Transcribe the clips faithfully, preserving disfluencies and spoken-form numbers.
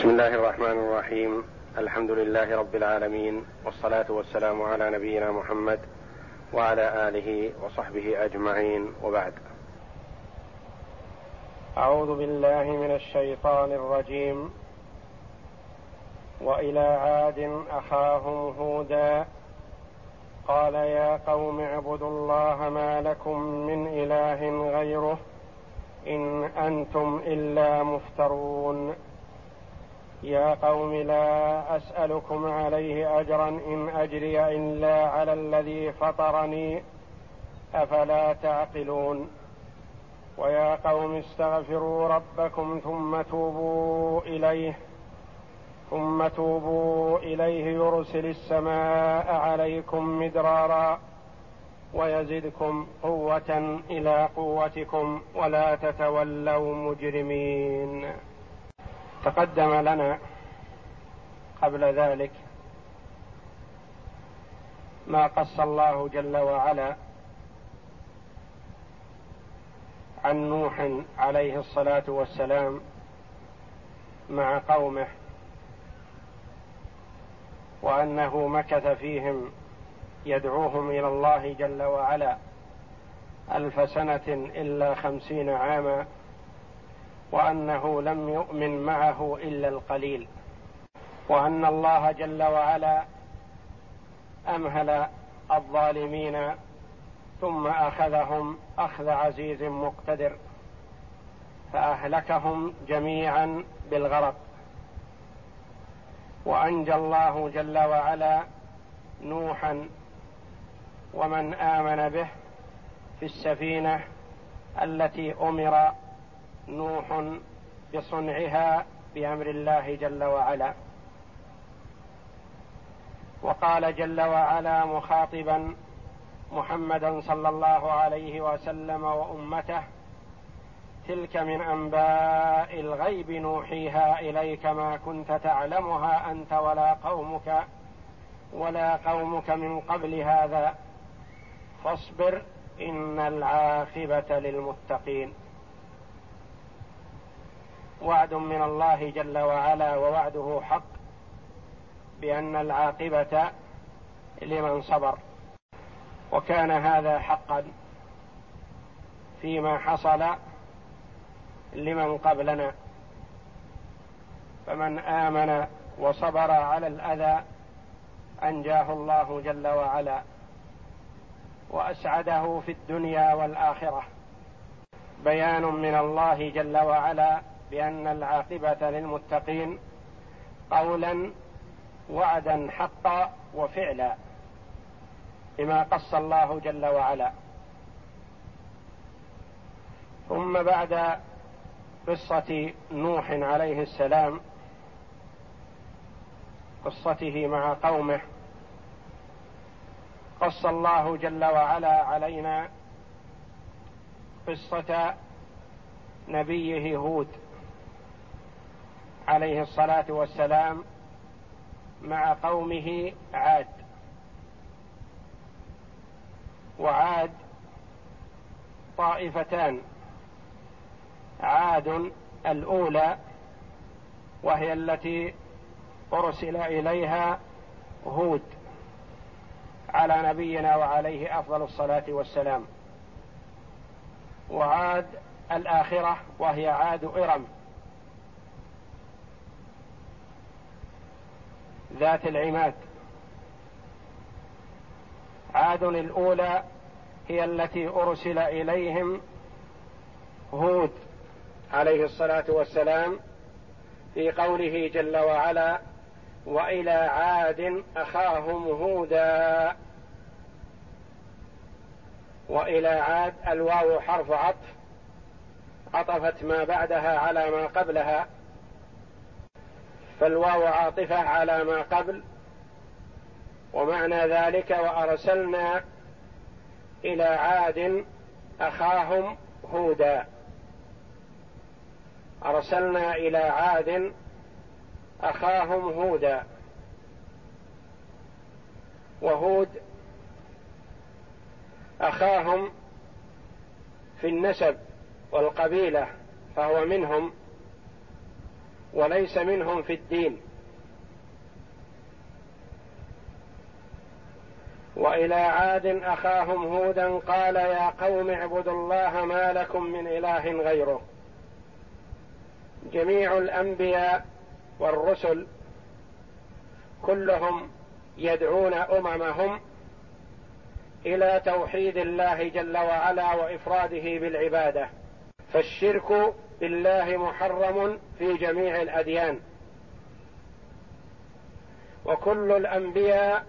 بسم الله الرحمن الرحيم. الحمد لله رب العالمين، والصلاة والسلام على نبينا محمد وعلى آله وصحبه أجمعين، وبعد. أعوذ بالله من الشيطان الرجيم. وإلى عاد أخاهم هودا قال يا قوم اعبدوا الله ما لكم من إله غيره إن أنتم إلا مفترون. يا قوم لا أسألكم عليه أجرا إن أجري إلا على الذي فطرني أفلا تعقلون. ويا قوم استغفروا ربكم ثم توبوا إليه ثم توبوا إليه يرسل السماء عليكم مدرارا ويزدكم قوة إلى قوتكم ولا تتولوا مجرمين. تقدم لنا قبل ذلك ما قص الله جل وعلا عن نوح عليه الصلاة والسلام مع قومه، وأنه مكث فيهم يدعوهم إلى الله جل وعلا ألف سنة إلا خمسين عاما، وأنه لم يؤمن معه إلا القليل، وأن الله جل وعلا أمهل الظالمين ثم أخذهم أخذ عزيز مقتدر فأهلكهم جميعا بالغرق. وأنجى الله جل وعلا نوحا ومن آمن به في السفينة التي أمر نوح بصنعها بأمر الله جل وعلا. وقال جل وعلا مخاطبا محمدا صلى الله عليه وسلم وأمته: تلك من أنباء الغيب نوحيها إليك ما كنت تعلمها أنت ولا قومك ولا قومك من قبل هذا فاصبر إن العاقبة للمتقين. وعد من الله جل وعلا ووعده حق بأن العاقبة لمن صبر، وكان هذا حقا فيما حصل لمن قبلنا. فمن آمن وصبر على الأذى أنجاه الله جل وعلا وأسعده في الدنيا والآخرة. بيان من الله جل وعلا بأن العاقبة للمتقين قولا وعدا حقا وفعلا بما قص الله جل وعلا. ثم بعد قصة نوح عليه السلام، قصته مع قومه، قص الله جل وعلا علينا قصة نبيه هود عليه الصلاة والسلام مع قومه عاد. وعاد طائفتان: عاد الأولى وهي التي أرسل إليها هود على نبينا وعليه أفضل الصلاة والسلام، وعاد الآخرة وهي عاد إرم ذات العماد. عاد الأولى هي التي أرسل إليهم هود عليه الصلاة والسلام في قوله جل وعلا: وإلى عاد أخاهم هودا. وإلى عاد الواو حرف عطف عطفت ما بعدها على ما قبلها، فالواو عاطفة على ما قبل، ومعنى ذلك وأرسلنا إلى عاد أخاهم هودا. أرسلنا إلى عاد أخاهم هودا. وهود أخاهم في النسب والقبيلة فهو منهم، وليس منهم في الدين. وإلى عاد أخاهم هودا قال يا قوم اعبدوا الله ما لكم من إله غيره. جميع الأنبياء والرسل كلهم يدعون أممهم إلى توحيد الله جل وعلا وإفراده بالعبادة، فالشرك بالله محرم في جميع الأديان، وكل الأنبياء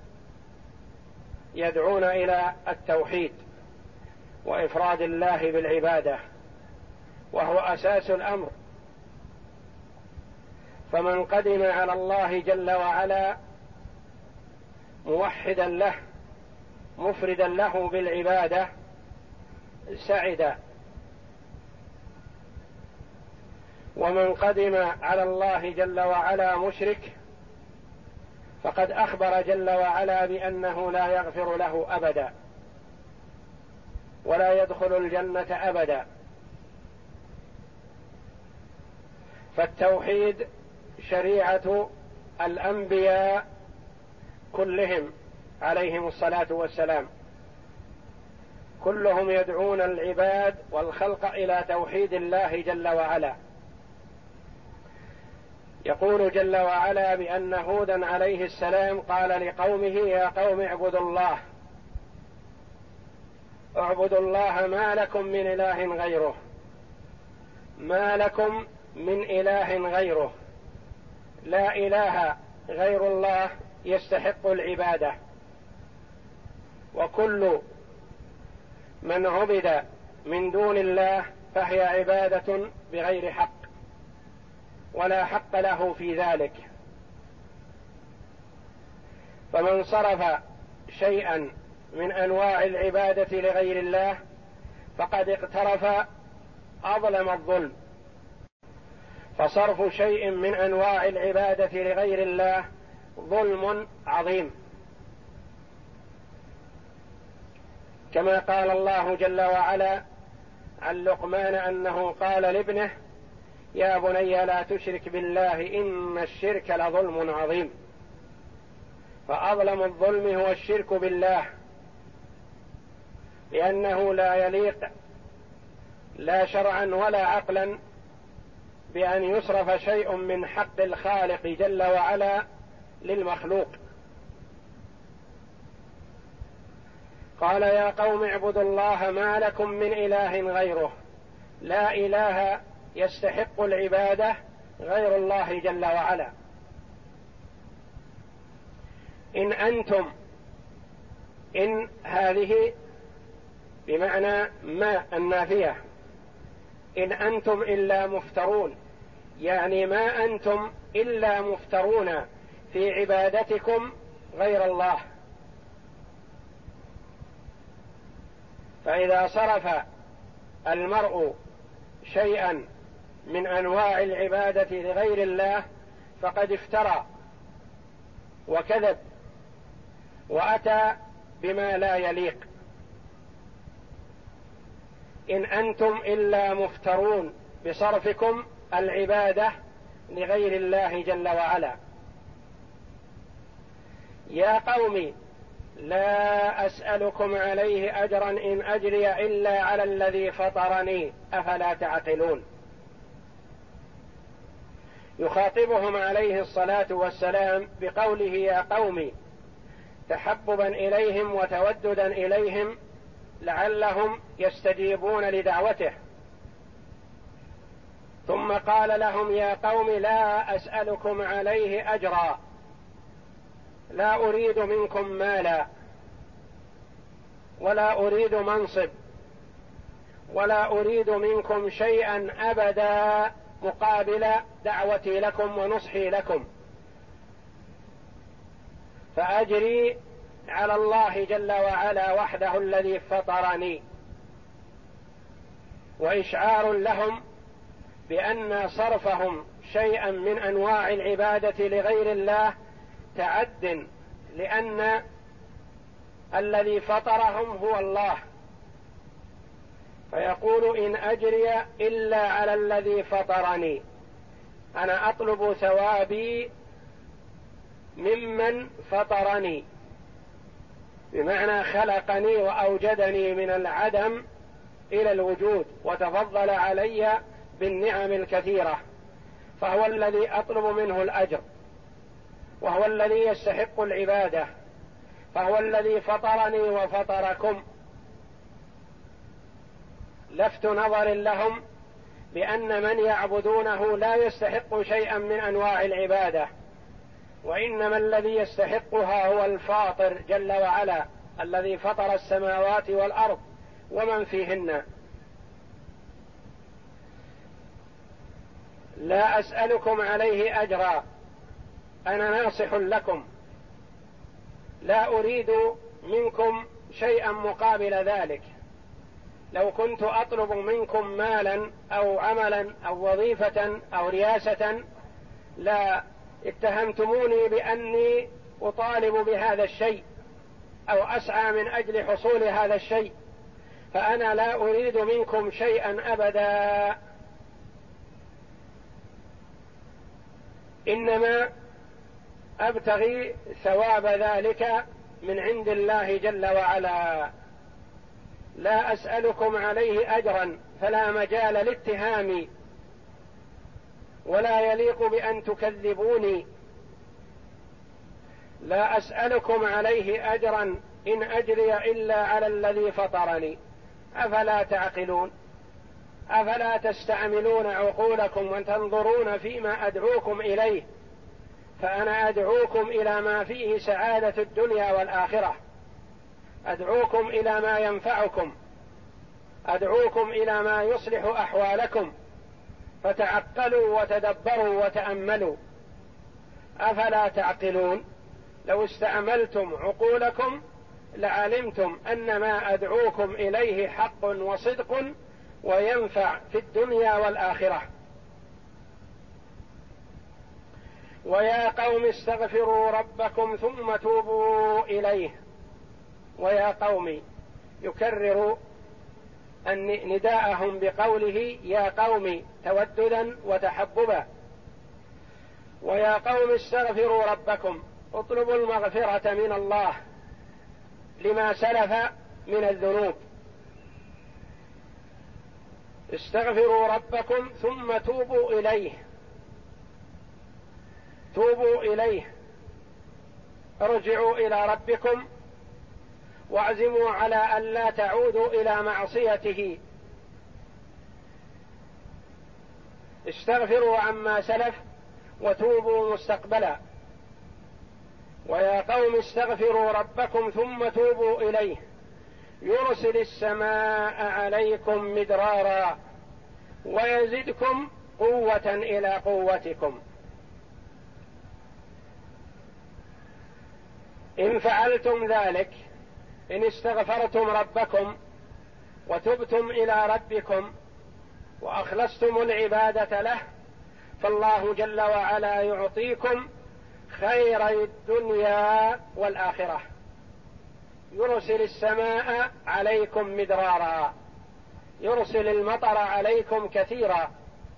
يدعون إلى التوحيد وإفراد الله بالعبادة، وهو أساس الأمر. فمن قدم على الله جل وعلا موحدا له مفردا له بالعبادة سعد، ومن قدم على الله جل وعلا مشرك فقد أخبر جل وعلا بأنه لا يغفر له أبدا ولا يدخل الجنة أبدا. فالتوحيد شريعة الأنبياء كلهم عليهم الصلاة والسلام، كلهم يدعون العباد والخلق إلى توحيد الله جل وعلا. يقول جل وعلا بأن هودا عليه السلام قال لقومه يا قوم اعبدوا الله اعبدوا الله ما لكم من إله غيره، ما لكم من إله غيره، لا إله غير الله يستحق العبادة، وكل من عبد من دون الله فهي عبادة بغير حق ولا حق له في ذلك. فمن صرف شيئا من أنواع العبادة لغير الله فقد اقترف أظلم الظلم. فصرف شيء من أنواع العبادة لغير الله ظلم عظيم، كما قال الله جل وعلا عن لقمان أنه قال لابنه يا بني لا تشرك بالله إن الشرك لظلم عظيم. فأظلم الظلم هو الشرك بالله، لأنه لا يليق لا شرعا ولا عقلا بأن يصرف شيء من حق الخالق جل وعلا للمخلوق. قال يا قوم اعبدوا الله ما لكم من إله غيره، لا إله يستحق العبادة غير الله جل وعلا. إن أنتم، إن هذه بمعنى ما النافية، إن أنتم إلا مفترون، يعني ما أنتم إلا مفترون في عبادتكم غير الله. فإذا صرف المرء شيئا من أنواع العبادة لغير الله فقد افترى وكذب وأتى بما لا يليق. إن أنتم إلا مفترون بصرفكم العبادة لغير الله جل وعلا. يا قوم لا أسألكم عليه أجرا إن أجري إلا على الذي فطرني أفلا تعقلون. يخاطبهم عليه الصلاة والسلام بقوله يا قوم تحببا إليهم وتوددا إليهم لعلهم يستجيبون لدعوته، ثم قال لهم يا قوم لا أسألكم عليه أجرا، لا أريد منكم مالا ولا أريد منصب ولا أريد منكم شيئا أبدا مقابل دعوتي لكم ونصحي لكم، فأجري على الله جل وعلا وحده الذي فطرني. وإشعار لهم بأن صرفهم شيئا من أنواع العبادة لغير الله تعد، لأن الذي فطرهم هو الله، فيقول إن أجري إلا على الذي فطرني، أنا أطلب ثوابي ممن فطرني، بمعنى خلقني وأوجدني من العدم إلى الوجود وتفضل علي بالنعم الكثيرة، فهو الذي أطلب منه الأجر، وهو الذي يستحق العبادة، فهو الذي فطرني وفطركم. لفت نظر لهم بأن من يعبدونه لا يستحق شيئا من أنواع العبادة، وإنما الذي يستحقها هو الفاطر جل وعلا، الذي فطر السماوات والأرض ومن فيهن. لا أسألكم عليه أجرا، أنا ناصح لكم، لا أريد منكم شيئا مقابل ذلك. لو كنت أطلب منكم مالا أو عملا أو وظيفة أو رياسة لا اتهمتموني بأني أطالب بهذا الشيء أو أسعى من أجل حصول هذا الشيء، فأنا لا أريد منكم شيئا أبدا، إنما أبتغي ثواب ذلك من عند الله جل وعلا. لا أسألكم عليه أجرا، فلا مجال لاتهامي، ولا يليق بأن تكذبوني. لا أسألكم عليه أجرا إن أجري إلا على الذي فطرني. أفلا تعقلون؟ أفلا تستعملون عقولكم وتنظرون فيما أدعوكم إليه؟ فأنا أدعوكم إلى ما فيه سعادة الدنيا والآخرة، أدعوكم إلى ما ينفعكم، أدعوكم إلى ما يصلح أحوالكم، فتعقلوا وتدبروا وتأملوا. أفلا تعقلون؟ لو استعملتم عقولكم لعلمتم أن ما أدعوكم إليه حق وصدق وينفع في الدنيا والآخرة. ويا قوم استغفروا ربكم ثم توبوا إليه. ويا قوم يكرر نداءهم بقوله يا قوم توددا وتحببا. ويا قوم استغفروا ربكم، اطلبوا المغفرة من الله لما سلف من الذنوب. استغفروا ربكم ثم توبوا إليه، توبوا إليه، ارجعوا إلى ربكم واعزموا على أن لا تعودوا إلى معصيته. استغفروا عما سلف وتوبوا مستقبلا. ويا قوم استغفروا ربكم ثم توبوا إليه يرسل السماء عليكم مدرارا ويزدكم قوة إلى قوتكم. إن فعلتم ذلك، إن استغفرتم ربكم وتبتم إلى ربكم وأخلصتم العبادة له، فالله جل وعلا يعطيكم خير الدنيا والآخرة. يرسل السماء عليكم مدرارا، يرسل المطر عليكم كثيرا.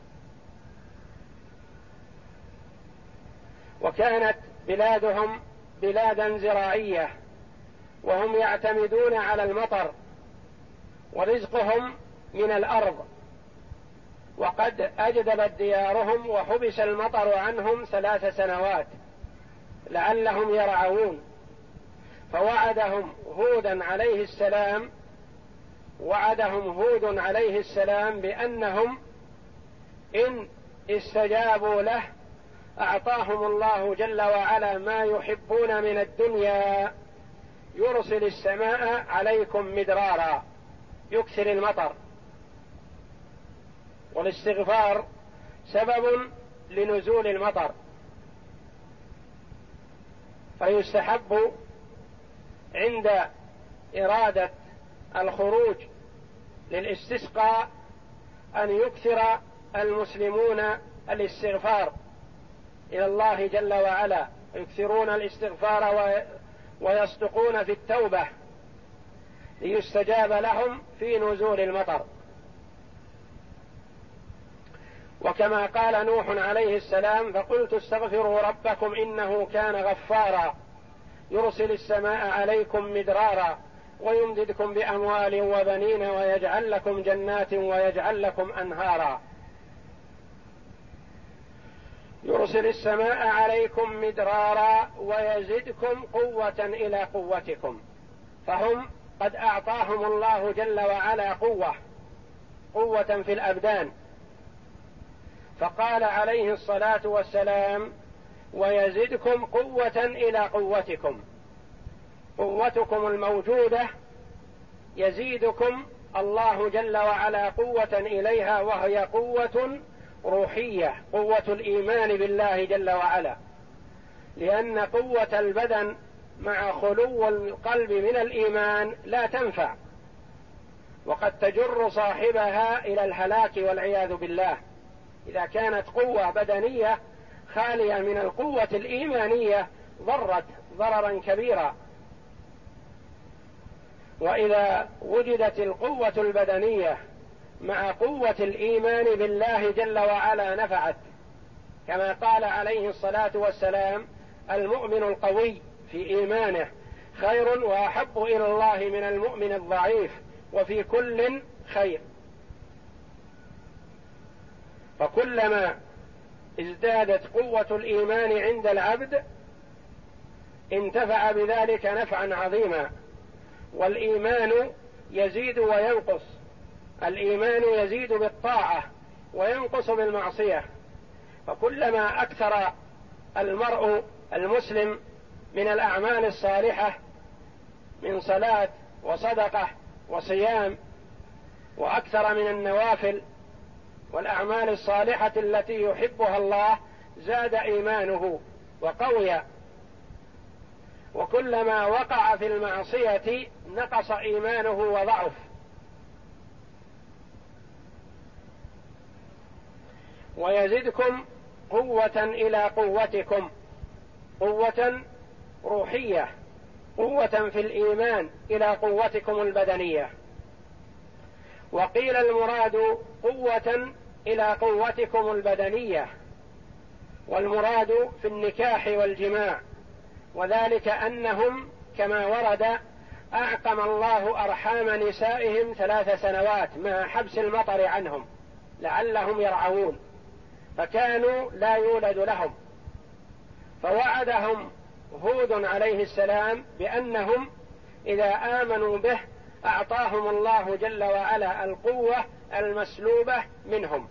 وكانت بلادهم بلادا زراعية، وهم يعتمدون على المطر، ورزقهم من الأرض، وقد أجدبت ديارهم وحبس المطر عنهم ثلاث سنوات لعلهم يرعون. فوعدهم هودا عليه السلام وعدهم هود عليه السلام بأنهم إن استجابوا له أعطاهم الله جل وعلا ما يحبون من الدنيا. يرسل السماء عليكم مدرارا، يكثر المطر. والاستغفار سبب لنزول المطر، فيستحب عند إرادة الخروج للاستسقاء أن يكثر المسلمون الاستغفار إلى الله جل وعلا، يكثرون الاستغفار ويصدقون في التوبة ليستجاب لهم في نزول المطر. وكما قال نوح عليه السلام: فقلت استغفروا ربكم إنه كان غفارا يرسل السماء عليكم مدرارا ويمددكم بأموال وبنين ويجعل لكم جنات ويجعل لكم أنهارا. يرسل السماء عليكم مدرارا ويزدكم قوة إلى قوتكم. فهم قد أعطاهم الله جل وعلا قوة قوة في الأبدان، فقال عليه الصلاة والسلام: ويزدكم قوة إلى قوتكم. قوتكم الموجودة يزيدكم الله جل وعلا قوة إليها، وهي قوة روحية، قوة الإيمان بالله جل وعلا، لأن قوة البدن مع خلو القلب من الإيمان لا تنفع، وقد تجر صاحبها إلى الهلاك والعياذ بالله. إذا كانت قوة بدنية خالية من القوة الإيمانية ضرت ضررا كبيرا، وإذا وجدت القوة البدنية مع قوة الإيمان بالله جل وعلا نفعت، كما قال عليه الصلاة والسلام: المؤمن القوي في إيمانه خير وأحب إلى الله من المؤمن الضعيف وفي كل خير. فكلما ازدادت قوة الإيمان عند العبد انتفع بذلك نفعا عظيما. والإيمان يزيد وينقص، الإيمان يزيد بالطاعة وينقص بالمعصية، فكلما أكثر المرء المسلم من الأعمال الصالحة من صلاة وصدقة وصيام وأكثر من النوافل والأعمال الصالحة التي يحبها الله زاد إيمانه وقوي، وكلما وقع في المعصية نقص إيمانه وضعف. ويزدكم قوة إلى قوتكم، قوة روحية، قوة في الإيمان إلى قوتكم البدنية. وقيل المراد قوة إلى قوتكم البدنية، والمراد في النكاح والجماع، وذلك أنهم كما ورد أعقم الله أرحام نسائهم ثلاث سنوات مع حبس المطر عنهم لعلهم يرعون، فكانوا لا يولد لهم، فوعدهم هود عليه السلام بأنهم إذا آمنوا به أعطاهم الله جل وعلا القوة المسلوبة منهم،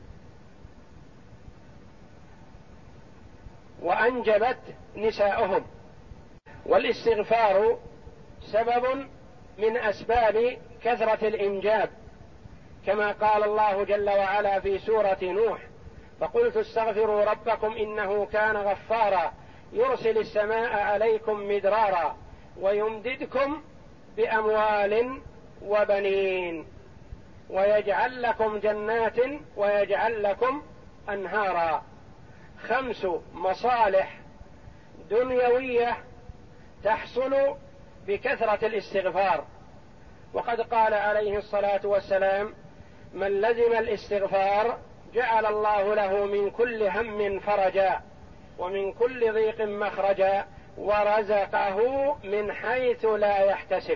وأنجبت نساؤهم. والاستغفار سبب من أسباب كثرة الإنجاب، كما قال الله جل وعلا في سورة نوح: فقلت استغفروا ربكم إنه كان غفارا يرسل السماء عليكم مدرارا ويمددكم بأموال وبنين ويجعل لكم جنات ويجعل لكم أنهارا. خمس مصالح دنيوية تحصل بكثرة الاستغفار. وقد قال عليه الصلاة والسلام: من لزم الاستغفار جعل الله له من كل هم فرجا ومن كل ضيق مخرجا ورزقه من حيث لا يحتسب.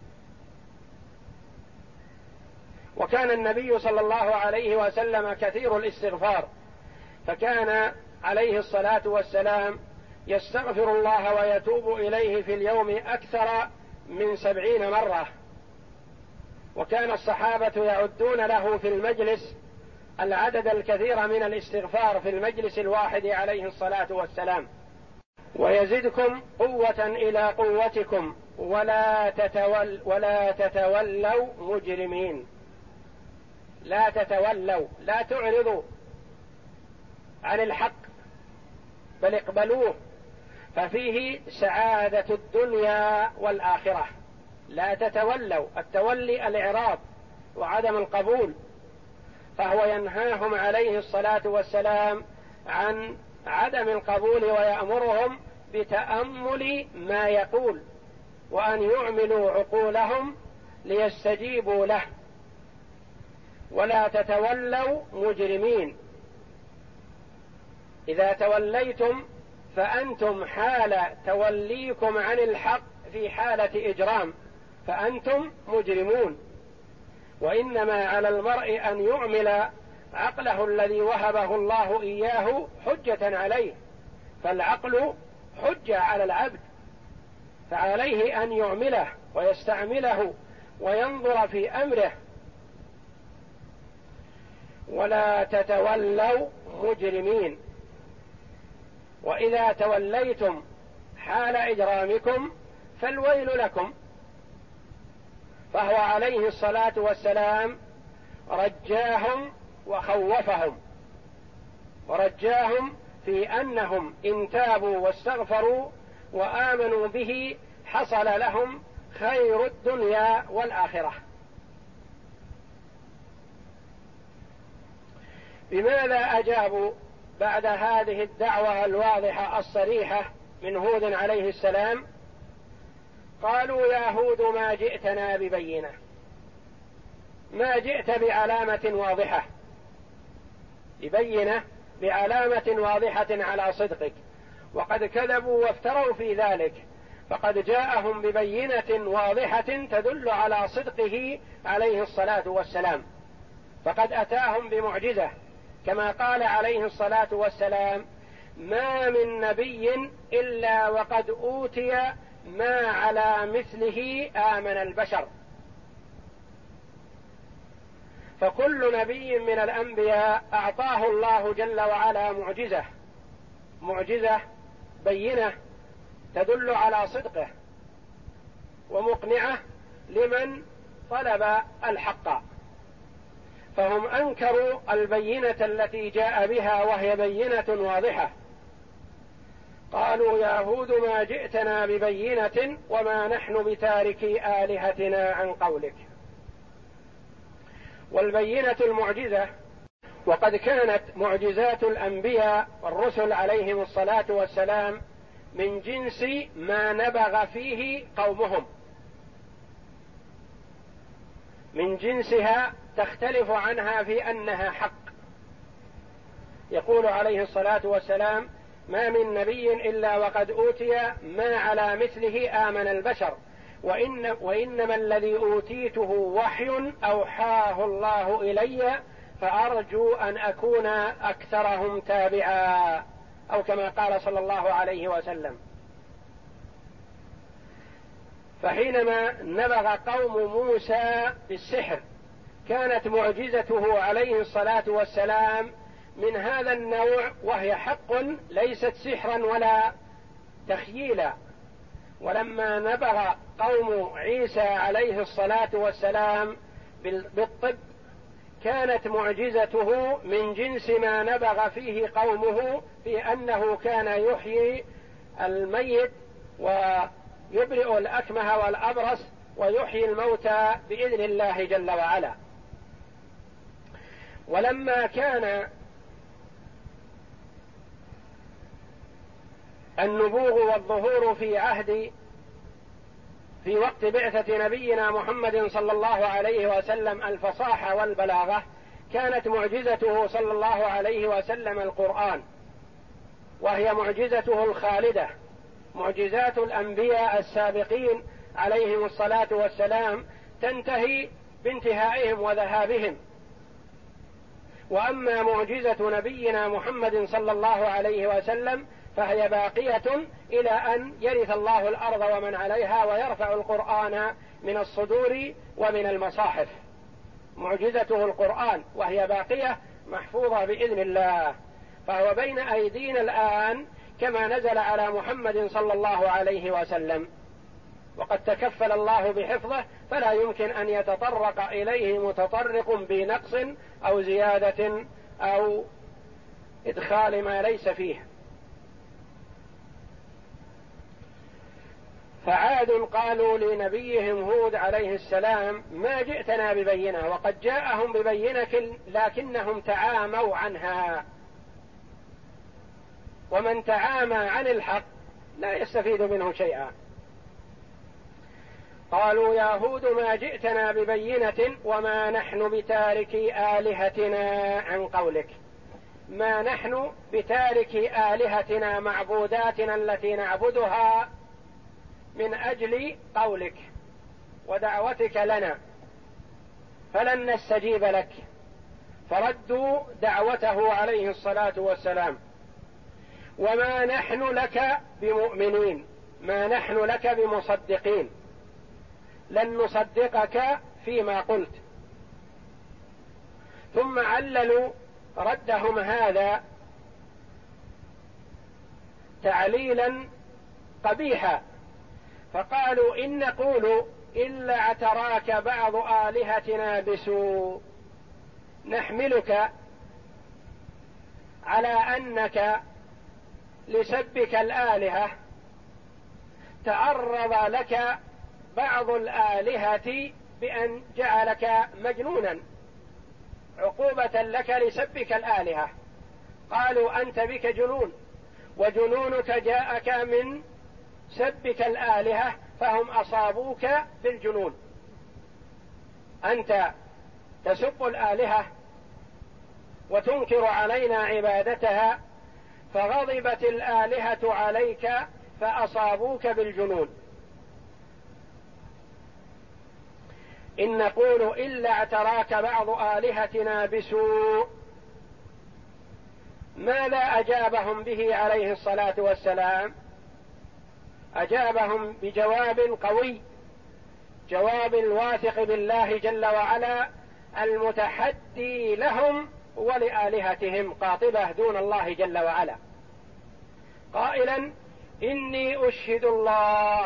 وكان النبي صلى الله عليه وسلم كثير الاستغفار، فكان عليه الصلاة والسلام يستغفر الله ويتوب إليه في اليوم أكثر من سبعين مرة، وكان الصحابة يعدون له في المجلس العدد الكثير من الاستغفار في المجلس الواحد عليه الصلاة والسلام. ويزدكم قوة إلى قوتكم ولا تتول ولا تتولوا مجرمين. لا تتولوا، لا تعرضوا عن الحق بل اقبلوه، ففيه سعادة الدنيا والآخرة. لا تتولوا، التولي الإعراض وعدم القبول، فهو ينهاهم عليه الصلاة والسلام عن عدم القبول ويأمرهم بتأمل ما يقول وأن يعملوا عقولهم ليستجيبوا له. ولا تتولوا مجرمين، إذا توليتم فأنتم حال توليكم عن الحق في حالة إجرام فأنتم مجرمون، وإنما على المرء أن يعمل عقله الذي وهبه الله إياه حجة عليه، فالعقل حجة على العبد، فعليه أن يعمله ويستعمله وينظر في أمره. ولا تتولوا مجرمين، وإذا توليتم حال إجرامكم فالويل لكم. فهو عليه الصلاة والسلام رجاهم وخوفهم، ورجاهم في أنهم إن تابوا واستغفروا وآمنوا به حصل لهم خير الدنيا والآخرة. بماذا أجابوا بعد هذه الدعوة الواضحة الصريحة من هود عليه السلام؟ قالوا يا هود ما جئتنا ببينة، ما جئت بعلامة واضحة، ببينة بعلامة واضحة على صدقك، وقد كذبوا وافتروا في ذلك، فقد جاءهم ببينة واضحة تدل على صدقه عليه الصلاة والسلام، فقد أتاهم بمعجزة، كما قال عليه الصلاة والسلام ما من نبي إلا وقد أوتي ما على مثله آمن البشر. فكل نبي من الأنبياء أعطاه الله جل وعلا معجزة، معجزة بينة تدل على صدقه ومقنعة لمن طلب الحق، فهم أنكروا البينة التي جاء بها وهي بينة واضحة. قالوا يا هود ما جئتنا ببينة وما نحن بتاركي آلهتنا عن قولك. والبينة المعجزة، وقد كانت معجزات الأنبياء والرسل عليهم الصلاة والسلام من جنس ما نبغ فيه قومهم، من جنسها تختلف عنها في أنها حق. يقول عليه الصلاة والسلام ما من نبي إلا وقد أوتي ما على مثله آمن البشر، وإن وإنما الذي أوتيته وحي أوحاه الله إلي فأرجو أن أكون أكثرهم تابعا، أو كما قال صلى الله عليه وسلم. فحينما نبغ قوم موسى بالسحر كانت معجزته عليه الصلاة والسلام من هذا النوع، وهي حق ليست سحرا ولا تخييلا. ولما نبغ قوم عيسى عليه الصلاة والسلام بالطب كانت معجزته من جنس ما نبغ فيه قومه، في أنه كان يحيي الميت ويبرئ الأكمه والأبرص ويحيي الموتى بإذن الله جل وعلا. ولما كان النبوغ والظهور في عهد في وقت بعثة نبينا محمد صلى الله عليه وسلم الفصاحة والبلاغة، كانت معجزته صلى الله عليه وسلم القرآن، وهي معجزته الخالدة. معجزات الأنبياء السابقين عليهم الصلاة والسلام تنتهي بانتهائهم وذهابهم، وأما معجزة نبينا محمد صلى الله عليه وسلم فهي باقية إلى أن يرث الله الأرض ومن عليها ويرفع القرآن من الصدور ومن المصاحف. معجزته القرآن وهي باقية محفوظة بإذن الله، فهو بين أيدينا الآن كما نزل على محمد صلى الله عليه وسلم، وقد تكفل الله بحفظه، فلا يمكن أن يتطرق إليه متطرق بنقص أو زيادة أو إدخال ما ليس فيه. فعاد قالوا لنبيهم هود عليه السلام ما جئتنا ببينة، وقد جاءهم ببينة لكنهم تعاموا عنها، ومن تعامى عن الحق لا يستفيد منه شيئا. قالوا يا هود ما جئتنا ببينة وما نحن بتاركي آلهتنا عن قولك. ما نحن بتارك آلهتنا معبوداتنا التي نعبدها من أجل قولك ودعوتك لنا، فلن نستجيب لك. فردوا دعوته عليه الصلاة والسلام: وما نحن لك بمؤمنين، ما نحن لك بمصدقين، لن نصدقك فيما قلت. ثم عللوا ردهم هذا تعليلا قبيحا، فقالوا: إن نقول إلا اعتراك بعض آلهتنا بسوء، نحملك على أنك لسبك الآلهة تعرض لك بعض الآلهة بأن جعلك مجنونا عقوبة لك لسبك الآلهة. قالوا: أنت بك جنون، وجنونك جاءك من سبك الآلهة، فهم أصابوك بالجنون. أنت تسب الآلهة وتنكر علينا عبادتها، فغضبت الآلهة عليك فأصابوك بالجنون. إن نقول إلا اعتراك بعض آلهتنا بسوء. ماذا أجابهم به عليه الصلاة والسلام؟ أجابهم بجواب قوي، جواب الواثق بالله جل وعلا المتحدي لهم ولآلهتهم، قاطبة دون الله جل وعلا، قائلا: إني أشهد الله.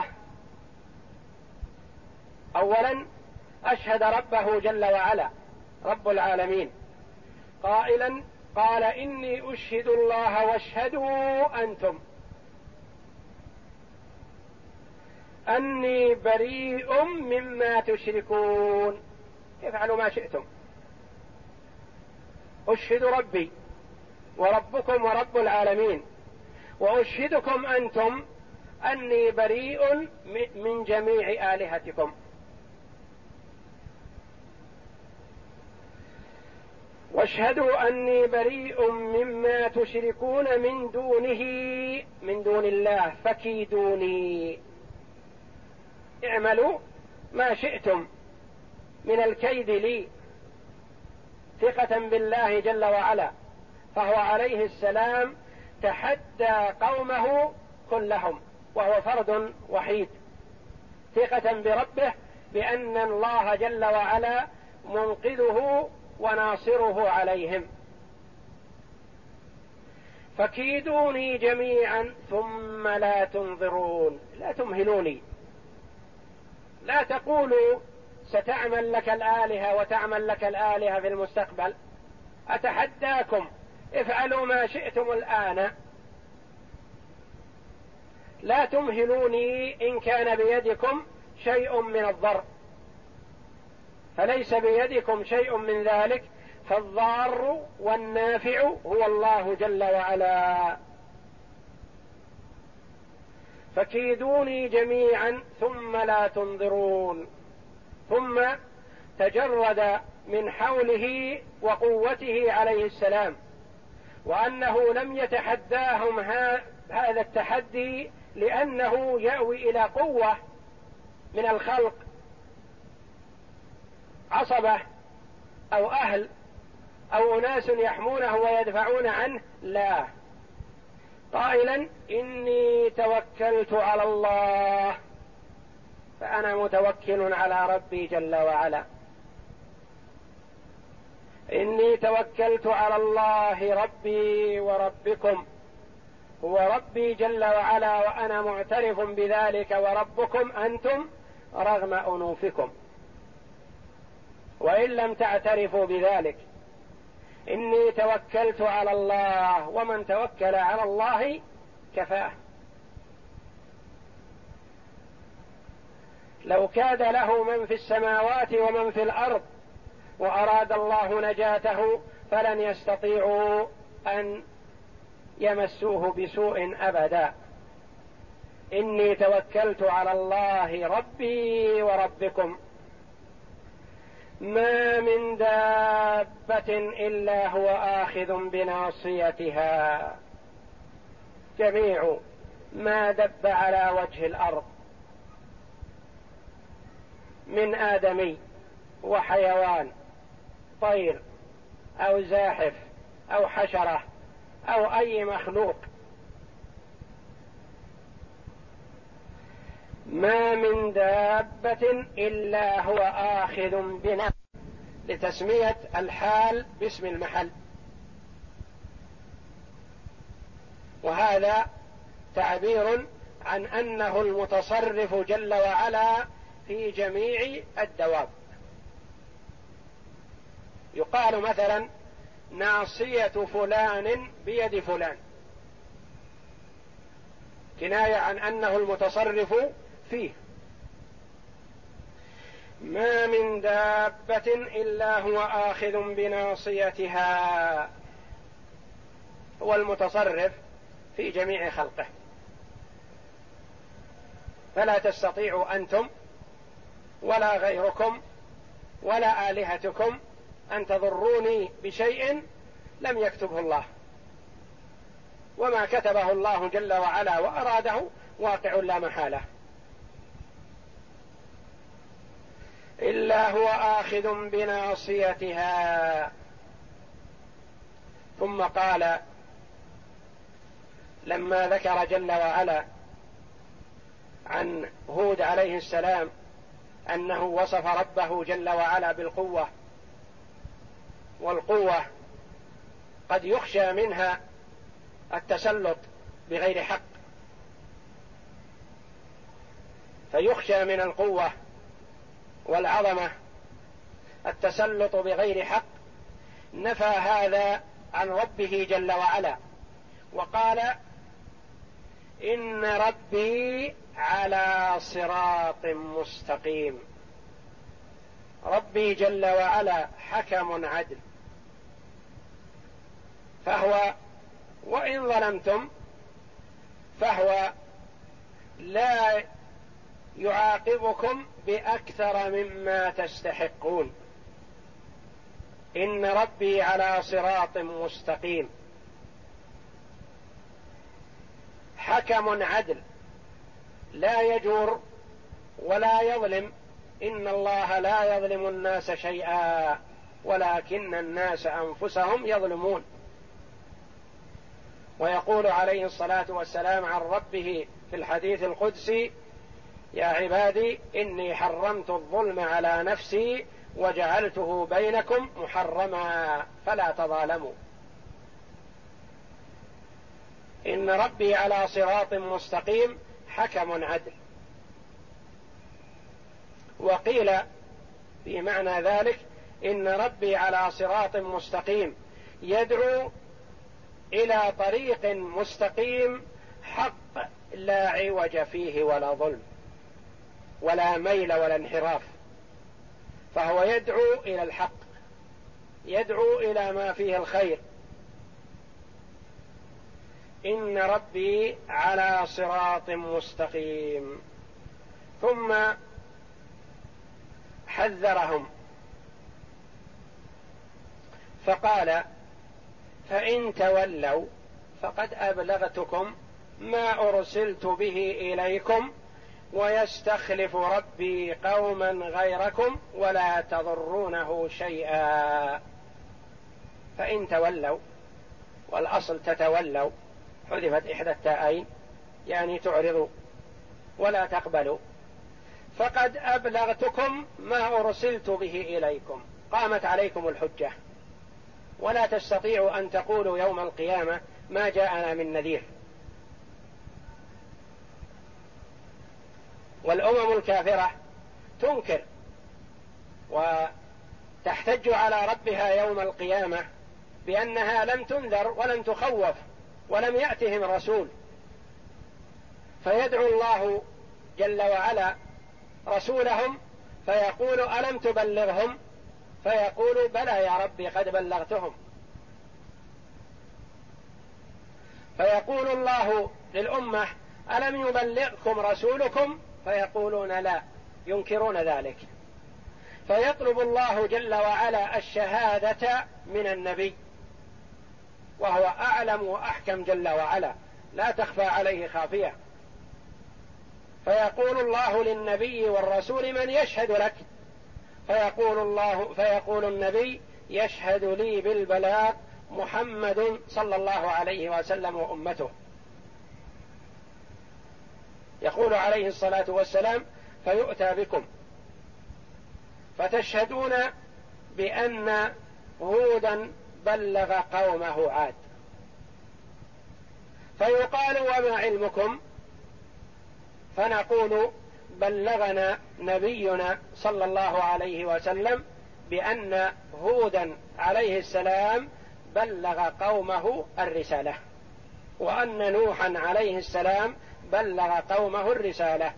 أولا أشهد ربه جل وعلا رب العالمين، قائلا قال: إني أشهد الله واشهدوا أنتم أني بريء مما تشركون، افعلوا ما شئتم. أشهد ربي وربكم ورب العالمين، وأشهدكم أنتم أني بريء من جميع آلهتكم. واشهدوا أني بريء مما تشركون من دونه من دون الله فكيدوني، اعملوا ما شئتم من الكيد لي، ثقة بالله جل وعلا. فهو عليه السلام تحدى قومه كلهم وهو فرد وحيد، ثقة بربه بأن الله جل وعلا منقذه وناصره عليهم. فكيدوني جميعا ثم لا تنظرون، لا تمهلوني، لا تقولوا ستعمل لك الآلهة وتعمل لك الآلهة في المستقبل، أتحداكم افعلوا ما شئتم الآن، لا تمهلوني إن كان بيدكم شيء من الضر، فليس بيدكم شيء من ذلك، فالضار والنافع هو الله جل وعلا. فكيدوني جميعا ثم لا تنظرون. ثم تجرد من حوله وقوته عليه السلام، وأنه لم يتحداهم هذا التحدي لأنه يأوي إلى قوة من الخلق، عصبة أو أهل أو أناس يحمونه ويدفعون عنه، لا، قائلا: إني توكلت على الله، فأنا متوكل على ربي جل وعلا. إني توكلت على الله ربي وربكم، هو ربي جل وعلا وأنا معترف بذلك، وربكم أنتم رغم أنوفكم وإن لم تعترفوا بذلك. إني توكلت على الله، ومن توكل على الله كفاه. لو كاد له من في السماوات ومن في الأرض وأراد الله نجاته فلن يستطيعوا أن يمسوه بسوء أبدا. إني توكلت على الله ربي وربكم. ما من دابة إلا هو آخذ بناصيتها. جميع ما دب على وجه الأرض من آدمي وحيوان، طير أو زاحف أو حشرة أو أي مخلوق، ما من دابة إلا هو آخذ بنا، لتسمية الحال باسم المحل، وهذا تعبير عن أنه المتصرف جل وعلا في جميع الدواب. يقال مثلا ناصية فلان بيد فلان، كناية عن أنه المتصرف فيه. ما من دابة إلا هو آخذ بناصيتها، هو المتصرف في جميع خلقه، فلا تستطيعوا أنتم ولا غيركم ولا آلهتكم أن تضروني بشيء لم يكتبه الله، وما كتبه الله جل وعلا وأراده واقع لا محالة. إلا هو آخذ بناصيتها. ثم قال لما ذكر جل وعلا عن هود عليه السلام أنه وصف ربه جل وعلا بالقوة، والقوة قد يخشى منها التسلط بغير حق، فيخشى من القوة والعظمة التسلط بغير حق، نفى هذا عن ربه جل وعلا وقال إن ربي على صراط مستقيم. ربي جل وعلا حكم عدل، فهو وإن ظلمتم فهو لا يعاقبكم بأكثر مما تستحقون. إن ربي على صراط مستقيم، حكم عدل لا يجور ولا يظلم. إن الله لا يظلم الناس شيئا ولكن الناس أنفسهم يظلمون. ويقول عليه الصلاة والسلام عن ربه في الحديث القدسي يا عبادي إني حرمت الظلم على نفسي وجعلته بينكم محرما فلا تظالموا. إن ربي على صراط مستقيم حكم عدل. وقيل في معنى ذلك إن ربي على صراط مستقيم يدعو إلى طريق مستقيم حق لا عوج فيه ولا ظلم ولا ميل ولا انحراف، فهو يدعو إلى الحق، يدعو إلى ما فيه الخير. إن ربي على صراط مستقيم. ثم حذرهم فقال فإن تولوا فقد أبلغتكم ما أرسلت به إليكم ويستخلف ربي قوما غيركم ولا تضرونه شيئا. فإن تولوا، والأصل تتولوا، حذفت إحدى التاءين يعني تعرضوا ولا تقبلوا. فقد أبلغتكم ما أرسلت به إليكم، قامت عليكم الحجة، ولا تستطيعوا أن تقولوا يوم القيامة ما جاءنا من نذير. والأمم الكافرة تنكر وتحتج على ربها يوم القيامة بأنها لم تنذر ولم تخوف ولم يأتهم رسول، فيدعو الله جل وعلا رسولهم فيقول ألم تبلغهم؟ فيقول بلى يا ربي قد بلغتهم. فيقول الله للأمة ألم يبلغكم رسولكم؟ فيقولون لا، ينكرون ذلك. فيطلب الله جل وعلا الشهادة من النبي، وهو أعلم وأحكم جل وعلا، لا تخفى عليه خافية. فيقول الله للنبي والرسول: من يشهد لك؟ فيقول الله فيقول النبي: يشهد لي بالبلاغ محمد صلى الله عليه وسلم وأمته. يقول عليه الصلاة والسلام: فيؤتى بكم فتشهدون بأن هودا بلغ قومه عاد، فيقال: وما علمكم؟ فنقول: بلغنا نبينا صلى الله عليه وسلم بأن هودا عليه السلام بلغ قومه الرسالة، وأن نوحا عليه السلام بلغ قومه الرسالة.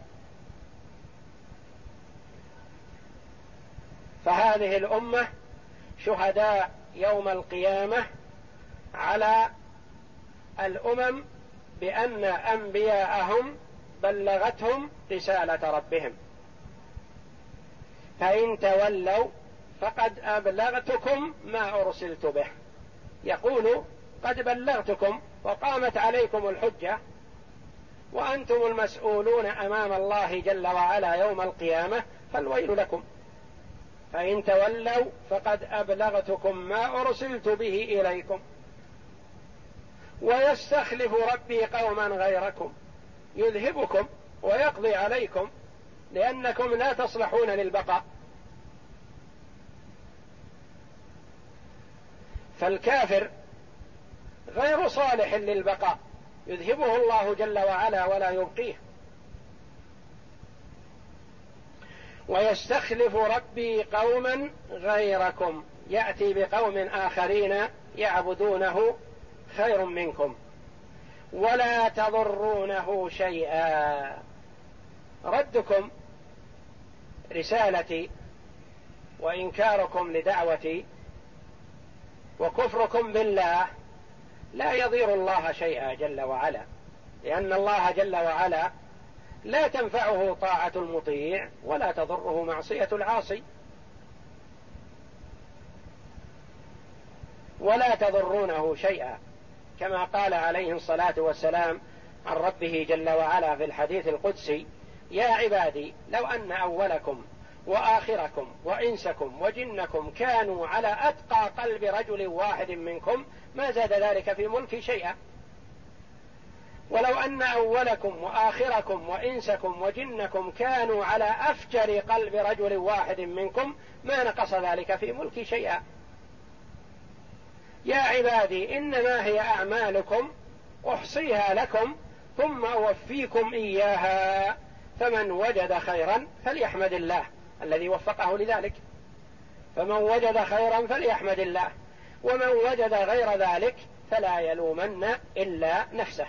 فهذه الأمة شهداء يوم القيامة على الأمم بأن أنبياءهم بلغتهم رسالة ربهم. فإن تولوا فقد أبلغتكم ما أرسلت به. يقول: قد بلغتكم وقامت عليكم الحجة، وأنتم المسؤولون أمام الله جل وعلا يوم القيامة، فالويل لكم. فإن تولوا فقد أبلغتكم ما أرسلت به إليكم، ويستخلف ربي قوما غيركم يذهبكم ويقضي عليكم، لأنكم لا تصلحون للبقاء. فالكافر غير صالح للبقاء، يذهبه الله جل وعلا ولا يبقيه. ويستخلف ربي قوما غيركم، يأتي بقوم آخرين يعبدونه خير منكم ولا تضرونه شيئا. ردكم رسالتي وإنكاركم لدعوتي وكفركم بالله لا يضير الله شيئا جل وعلا، لأن الله جل وعلا لا تنفعه طاعة المطيع ولا تضره معصية العاصي. ولا تضرونه شيئا، كما قال عليه الصلاة والسلام عن ربه جل وعلا في الحديث القدسي: يا عبادي لو أن أولكم وآخركم وإنسكم وجنكم كانوا على أتقى قلب رجل واحد منكم ما زاد ذلك في ملكي شيئا. ولو أن أولكم وآخركم وإنسكم وجنكم كانوا على أفجر قلب رجل واحد منكم ما نقص ذلك في ملكي شيئا. يا عبادي إنما هي أعمالكم أحصيها لكم ثم أوفيكم إياها، فمن وجد خيرا فليحمد الله الذي وفقه لذلك، فمن وجد خيرا فليحمد الله، ومن وجد غير ذلك فلا يلومن إلا نفسه،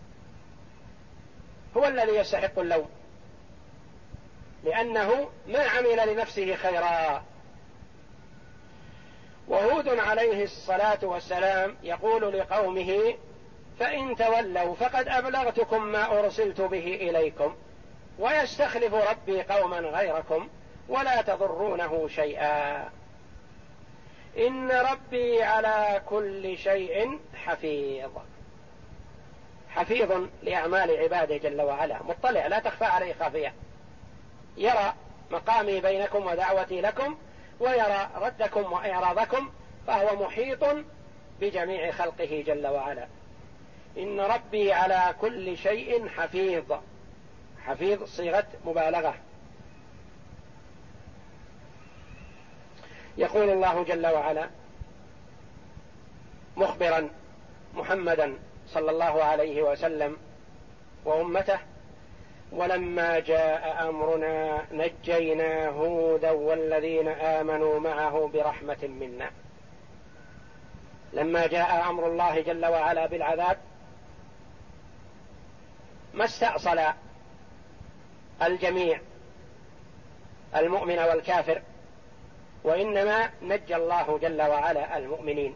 هو الذي يستحق اللوم، لأنه ما عمل لنفسه خيرا. وهود عليه الصلاة والسلام يقول لقومه: فإن تولوا فقد أبلغتكم ما أرسلت به إليكم، ويستخلف ربي قوما غيركم ولا تضرونه شيئا، إن ربي على كل شيء حفيظ. حفيظ لأعمال عباده جل وعلا، مطلع لا تخفى عليه خافية، يرى مقامي بينكم ودعوتي لكم، ويرى ردكم وإعراضكم، فهو محيط بجميع خلقه جل وعلا. إن ربي على كل شيء حفيظ. حفيظ صيغة مبالغة. يقول الله جل وعلا مخبرا محمدا صلى الله عليه وسلم وأمته: ولما جاء أمرنا نجينا هودا والذين آمنوا معه برحمة منا. لما جاء أمر الله جل وعلا بالعذاب ما استأصل الجميع المؤمن والكافر، وإنما نجى الله جل وعلا المؤمنين.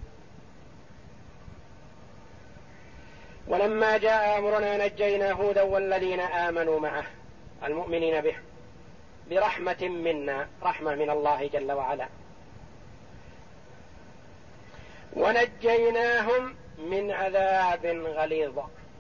ولما جاء أمرنا نجينا هودا والذين آمنوا معه، المؤمنين به، برحمة منا، رحمة من الله جل وعلا. ونجيناهم من عذاب غليظ.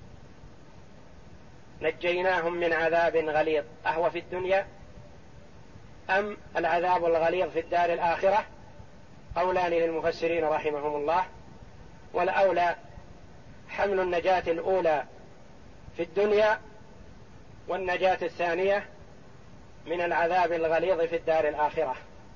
نجيناهم من عذاب غليظ، أهو في الدنيا أم العذاب الغليظ في الدار الآخرة؟ قولان للمفسرين رحمهم الله، والأولى حمل النجاة الأولى في الدنيا والنجاة الثانية من العذاب الغليظ في الدار الآخرة.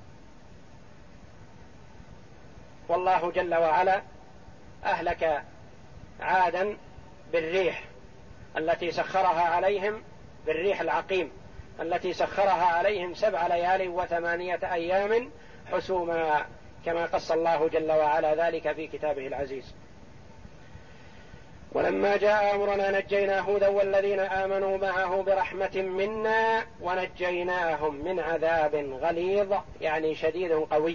والله جل وعلا أهلك عادا بالريح التي سخرها عليهم، بالريح العقيم التي سخرها عليهم سبع ليال وثمانية أيام حسوما، كما قص الله جل وعلا ذلك في كتابه العزيز. ولما جاء أمرنا نجينا هودا والذين آمنوا معه برحمة منا ونجيناهم من عذاب غليظ، يعني شديد قوي.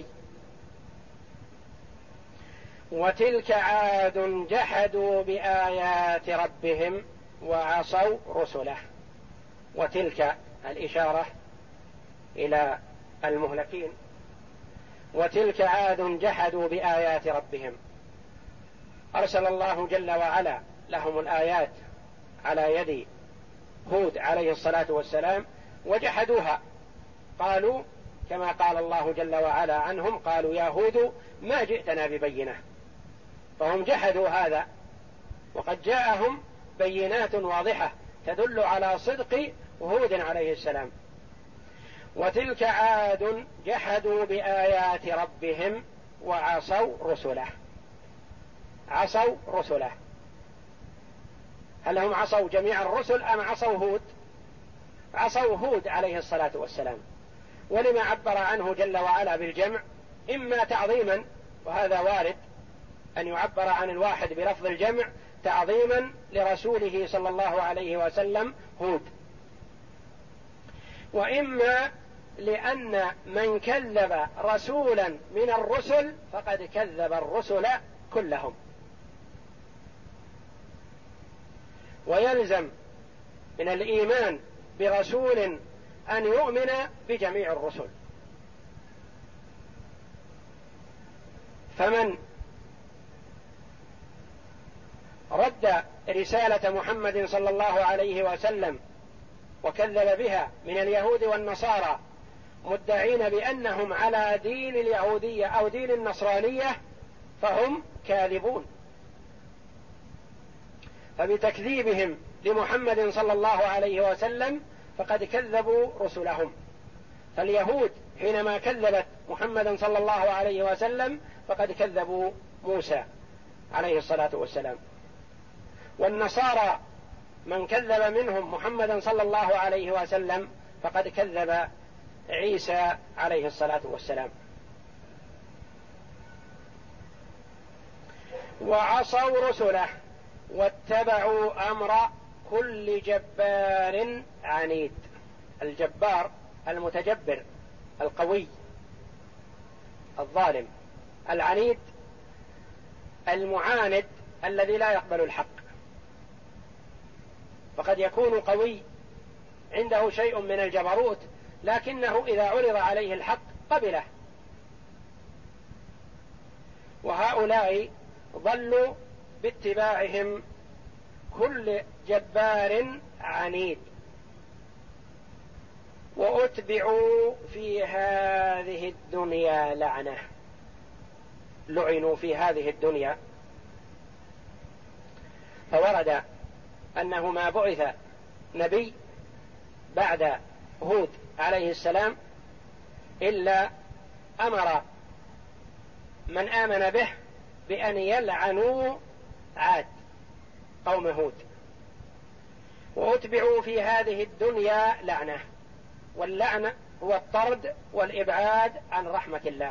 وتلك عاد جحدوا بآيات ربهم وعصوا رسله. وتلك الإشارة إلى المهلكين. وتلك عاد جحدوا بآيات ربهم، أرسل الله جل وعلا لهم الآيات على يد هود عليه الصلاة والسلام وجحدوها، قالوا كما قال الله جل وعلا عنهم: قالوا يا هود ما جئتنا ببينة. فهم جحدوا هذا، وقد جاءهم بينات واضحة تدل على صدق هود عليه السلام. وتلك عاد جحدوا بآيات ربهم وعصوا رسله. عصوا رسله، هل هم عصوا جميع الرسل أم عصوا هود؟ عصوا هود عليه الصلاة والسلام. ولما عبر عنه جل وعلا بالجمع؟ إما تعظيما، وهذا وارد أن يعبر عن الواحد بلفظ الجمع تعظيما لرسوله صلى الله عليه وسلم هود، وإما لأن من كذب رسولا من الرسل فقد كذب الرسل كلهم، ويلزم من الإيمان برسول أن يؤمن بجميع الرسل. فمن رد رسالة محمد صلى الله عليه وسلم وكذب بها من اليهود والنصارى مدعين بأنهم على دين اليهودية أو دين النصرانية فهم كاذبون. فبتكذيبهم لمحمد صلى الله عليه وسلم فقد كذبوا رسلهم. فاليهود حينما كذبت محمدا صلى الله عليه وسلم فقد كذبوا موسى عليه الصلاة والسلام، والنصارى من كذب منهم محمدا صلى الله عليه وسلم فقد كذب عيسى عليه الصلاة والسلام. وعصوا رسله واتبعوا أمر كل جبار عنيد. الجبار المتجبر القوي الظالم، العنيد المعاند الذي لا يقبل الحق. فقد يكون قوي عنده شيء من الجبروت، لكنه إذا عرض عليه الحق قبله. وهؤلاء ضلوا باتباعهم كل جبار عنيد، وأتبعوا في هذه الدنيا لعنة. لعنوا في هذه الدنيا. فورد أنه ما بعث نبي بعد هود عليه السلام إلا أمر من آمن به بأن يلعنوا عاد قوم هود. وأتبعوا في هذه الدنيا لعنة، واللعنة هو الطرد والإبعاد عن رحمة الله.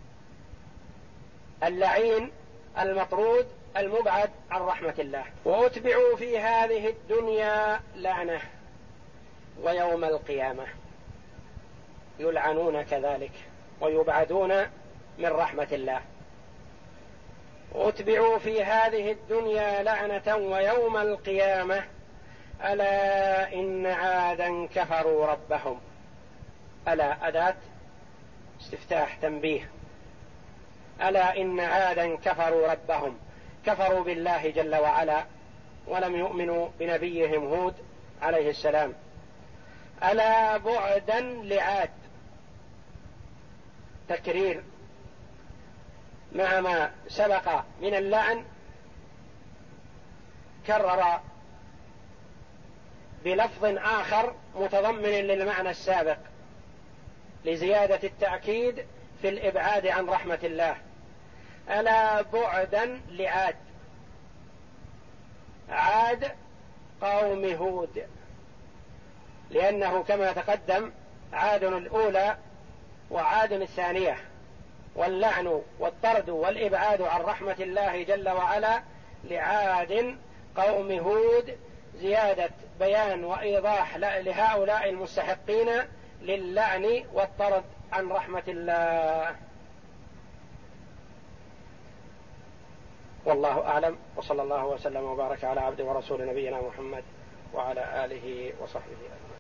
اللعين المطرود المبعد عن رحمة الله. وأتبعوا في هذه الدنيا لعنة ويوم القيامة يلعنون كذلك ويبعدون من رحمة الله. أتبعوا في هذه الدنيا لعنة ويوم القيامة ألا إن عادا كفروا ربهم. ألا أداة استفتاح تنبيه. ألا إن عادا كفروا ربهم، كفروا بالله جل وعلا ولم يؤمنوا بنبيهم هود عليه السلام. ألا بعدا لعاد، تكرير مع ما سبق من اللعن، كرر بلفظ آخر متضمن للمعنى السابق لزيادة التأكيد في الإبعاد عن رحمة الله. ألا بعدا لعاد، عاد قوم هود، لأنه كما تقدم عاد الأولى وعاد الثانية، واللعن والطرد والإبعاد عن رحمة الله جل وعلا لعاد قوم هود زيادة بيان وإيضاح لهؤلاء المستحقين للعن والطرد عن رحمة الله. والله أعلم، وصلى الله وسلم وبارك على عبد ورسول نبينا محمد وعلى آله وصحبه أجمعين.